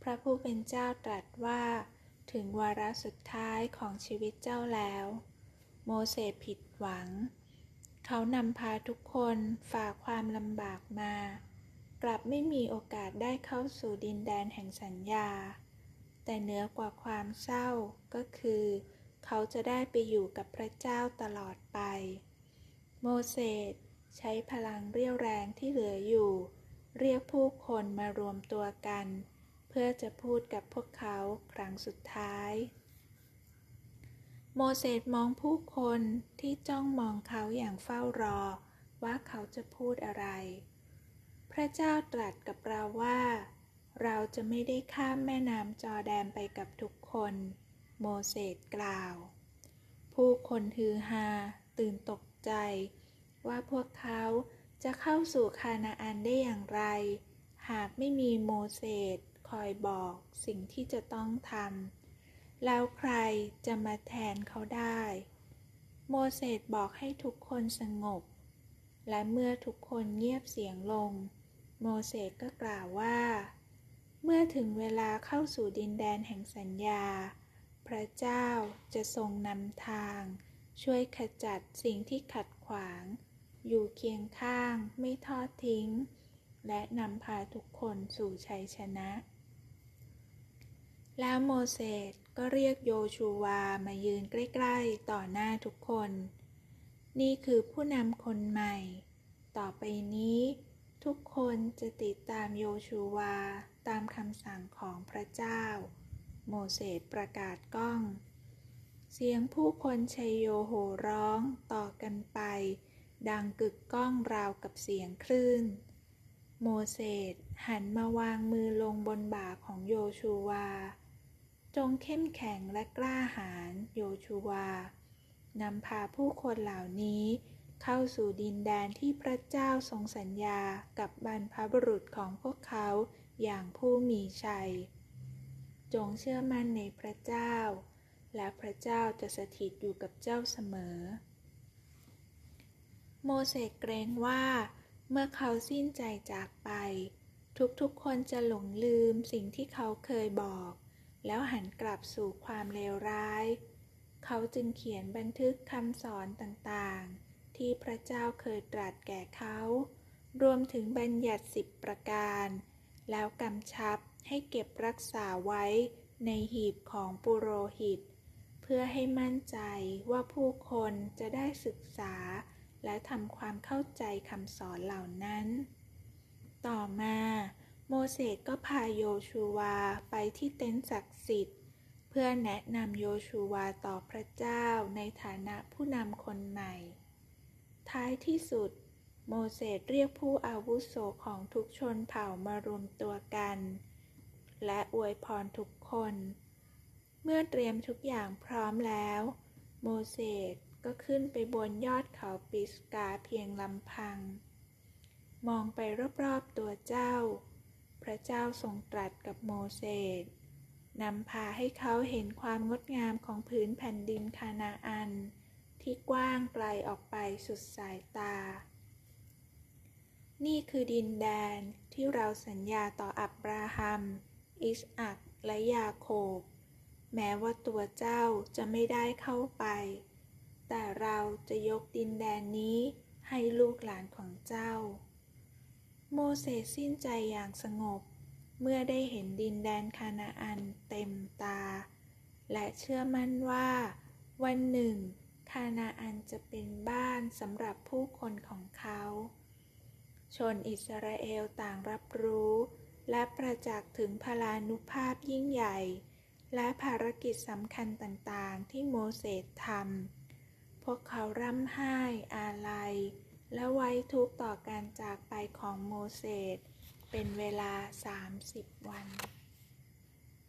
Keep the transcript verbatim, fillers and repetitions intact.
ระผู้เป็นเจ้าตรัสว่าถึงวาระสุดท้ายของชีวิตเจ้าแล้วโมเสสผิดหวังเขานำพาทุกคนฝ่าความลำบากมากลับไม่มีโอกาสได้เข้าสู่ดินแดนแห่งสัญญาแต่เหนือกว่าความเศร้าก็คือเขาจะได้ไปอยู่กับพระเจ้าตลอดไปโมเสสใช้พลังเรี่ยวแรงที่เหลืออยู่เรียกผู้คนมารวมตัวกันเพื่อจะพูดกับพวกเขาครั้งสุดท้ายโมเสสมองผู้คนที่จ้องมองเขาอย่างเฝ้ารอว่าเขาจะพูดอะไรพระเจ้าตรัสกับเราว่าเราจะไม่ได้ข้ามแม่น้ำจอร์แดนไปกับทุกคนโมเสสกล่าวผู้คนฮือฮาตื่นตกใจว่าพวกเขาจะเข้าสู่คานาอันได้อย่างไรหากไม่มีโมเสสคอยบอกสิ่งที่จะต้องทำแล้วใครจะมาแทนเขาได้โมเสสบอกให้ทุกคนสงบและเมื่อทุกคนเงียบเสียงลงโมเสสก็กล่าวว่าเมื่อถึงเวลาเข้าสู่ดินแดนแห่งสัญญาพระเจ้าจะทรงนำทางช่วยขจัดสิ่งที่ขัดขวางอยู่เคียงข้างไม่ทอดทิ้งและนำพาทุกคนสู่ชัยชนะแล้วโมเสสก็เรียกโยชูวามายืนใกล้ๆต่อหน้าทุกคนนี่คือผู้นำคนใหม่ต่อไปนี้ทุกคนจะติดตามโยชูวาตามคำสั่งของพระเจ้าโมเสสประกาศก้องเสียงผู้คนชัยโยโห่ร้องต่อกันไปดังกึกก้องราวกับเสียงคลื่นโมเสสหันมาวางมือลงบนบ่าของโยชูวาจงเข้มแข็งและกล้าหาญโยชูวานำพาผู้คนเหล่านี้เข้าสู่ดินแดนที่พระเจ้าทรงสัญญากับบรรพบุรุษของพวกเขาอย่างผู้มีชัยจงเชื่อมั่นในพระเจ้าและพระเจ้าจะสถิตอยู่กับเจ้าเสมอโมเสสเกรงว่าเมื่อเขาสิ้นใจจากไปทุกๆคนจะหลงลืมสิ่งที่เขาเคยบอกแล้วหันกลับสู่ความเลวร้ายเขาจึงเขียนบันทึกคำสอนต่างๆที่พระเจ้าเคยตรัสแก่เขารวมถึงบัญญัติสิบประการแล้วกำชับให้เก็บรักษาไว้ในหีบของปุโรหิตเพื่อให้มั่นใจว่าผู้คนจะได้ศึกษาและทำความเข้าใจคำสอนเหล่านั้นต่อมาโมเสสก็พาโยชูวาไปที่เต็นท์ศักดิ์สิทธิ์เพื่อแนะนำโยชูวาต่อพระเจ้าในฐานะผู้นำคนใหม่ท้ายที่สุดโมเสสเรียกผู้อาวุโสของทุกชนเผ่ามารวมตัวกันและอวยพรทุกคนเมื่อเตรียมทุกอย่างพร้อมแล้วโมเสสก็ขึ้นไปบนยอดเขาปิสกาเพียงลำพังมองไปรอบๆตัวเจ้าพระเจ้าทรงตรัสกับโมเสสนำพาให้เขาเห็นความงดงามของผืนแผ่นดินคานาอันที่กว้างไกลออกไปสุดสายตานี่คือดินแดนที่เราสัญญาต่ออับราฮัมอิสอัคและยาโคบแม้ว่าตัวเจ้าจะไม่ได้เข้าไปแต่เราจะยกดินแดนนี้ให้ลูกหลานของเจ้าโมเสสสิ้นใจอย่างสงบเมื่อได้เห็นดินแดนคานาอันเต็มตาและเชื่อมั่นว่าวันหนึ่งคานาอันจะเป็นบ้านสำหรับผู้คนของเขาชนอิสราเอลต่างรับรู้และประจักษ์ถึงพลานุภาพยิ่งใหญ่และภารกิจสำคัญต่างๆที่โมเสสทำพวกเขาร่ำไห้อาลัยและไว้ทุกข์ต่อการจากไปของโมเสสเป็นเวลาสามสิบวัน